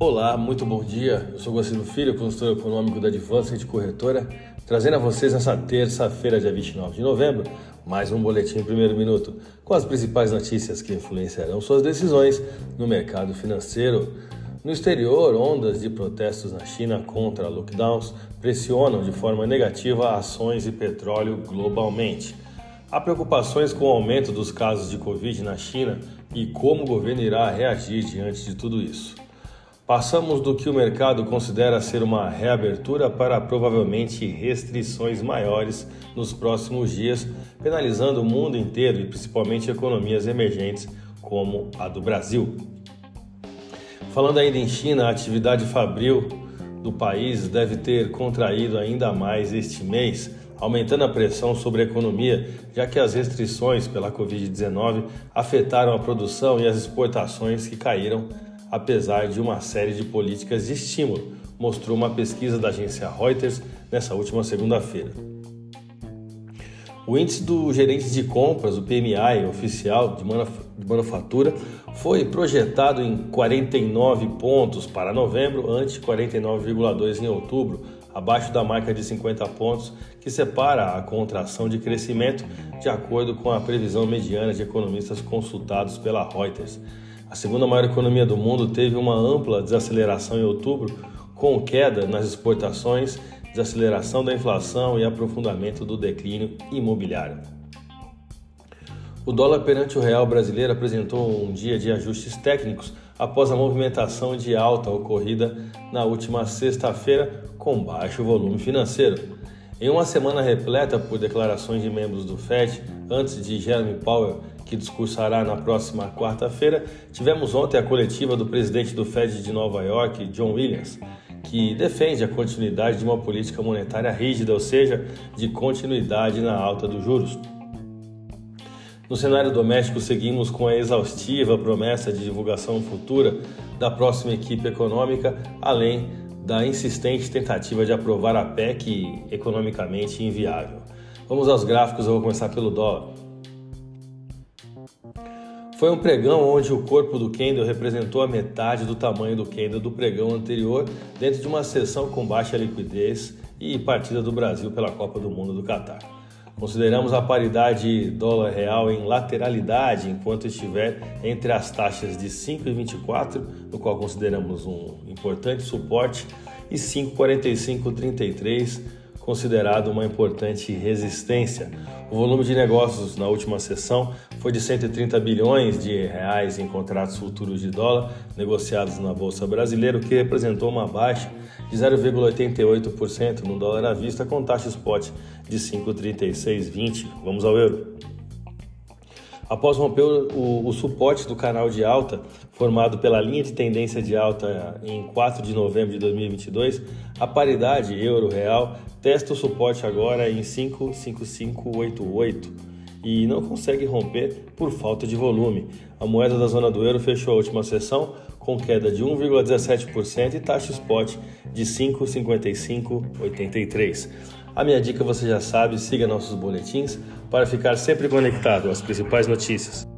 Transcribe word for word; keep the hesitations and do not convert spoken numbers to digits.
Olá, muito bom dia. Eu sou Gocilo Filho, consultor econômico da Advanced Corretora, trazendo a vocês nessa terça-feira, dia vinte e nove de novembro, mais um boletim em primeiro minuto, com as principais notícias que influenciarão suas decisões no mercado financeiro. No exterior, ondas de protestos na China contra lockdowns pressionam de forma negativa ações e petróleo globalmente. Há preocupações com o aumento dos casos de Covid na China e como o governo irá reagir diante de tudo isso. Passamos do que o mercado considera ser uma reabertura para provavelmente restrições maiores nos próximos dias, penalizando o mundo inteiro e principalmente economias emergentes como a do Brasil. Falando ainda em China, a atividade fabril do país deve ter contraído ainda mais este mês, aumentando a pressão sobre a economia, já que as restrições pela covid dezenove afetaram a produção e as exportações que caíram, apesar de uma série de políticas de estímulo, mostrou uma pesquisa da agência Reuters nessa última segunda-feira. O índice do gerente de compras, o P M I oficial de, manuf de manufatura, foi projetado em quarenta e nove pontos para novembro, ante quarenta e nove vírgula dois em outubro, abaixo da marca de cinquenta pontos, que separa a contração de crescimento, de acordo com a previsão mediana de economistas consultados pela Reuters. A segunda maior economia do mundo teve uma ampla desaceleração em outubro, com queda nas exportações, desaceleração da inflação e aprofundamento do declínio imobiliário. O dólar perante o real brasileiro apresentou um dia de ajustes técnicos após a movimentação de alta ocorrida na última sexta-feira com baixo volume financeiro. Em uma semana repleta por declarações de membros do F E D, antes de Jerome Powell, que discursará na próxima quarta-feira, tivemos ontem a coletiva do presidente do F E D de Nova York, John Williams, que defende a continuidade de uma política monetária rígida, ou seja, de continuidade na alta dos juros. No cenário doméstico, seguimos com a exaustiva promessa de divulgação futura da próxima equipe econômica, além da insistente tentativa de aprovar a P E C economicamente inviável. Vamos aos gráficos, eu vou começar pelo dólar. Foi um pregão onde o corpo do candle representou a metade do tamanho do candle do pregão anterior, dentro de uma sessão com baixa liquidez e partida do Brasil pela Copa do Mundo do Catar. Consideramos a paridade dólar-real em lateralidade enquanto estiver entre as taxas de cinco vírgula vinte e quatro, no qual consideramos um importante suporte, e cinco vírgula quarenta e cinco trinta e três, considerado uma importante resistência. O volume de negócios na última sessão foi de cento e trinta bilhões de reais em contratos futuros de dólar negociados na Bolsa Brasileira, o que representou uma baixa de zero vírgula oitenta e oito por cento no dólar à vista, com taxa spot de cinco vírgula trinta e seis vinte. Vamos ao euro. Após romper o, o suporte do canal de alta, formado pela linha de tendência de alta em quatro de novembro de dois mil e vinte e dois, a paridade euro-real testa o suporte agora em cinco vírgula cinco cinco oito oito e não consegue romper por falta de volume. A moeda da zona do euro fechou a última sessão com queda de um vírgula dezessete por cento e taxa spot de cinco vírgula cinquenta e cinco oitenta e três. A minha dica você já sabe, siga nossos boletins para ficar sempre conectado às principais notícias.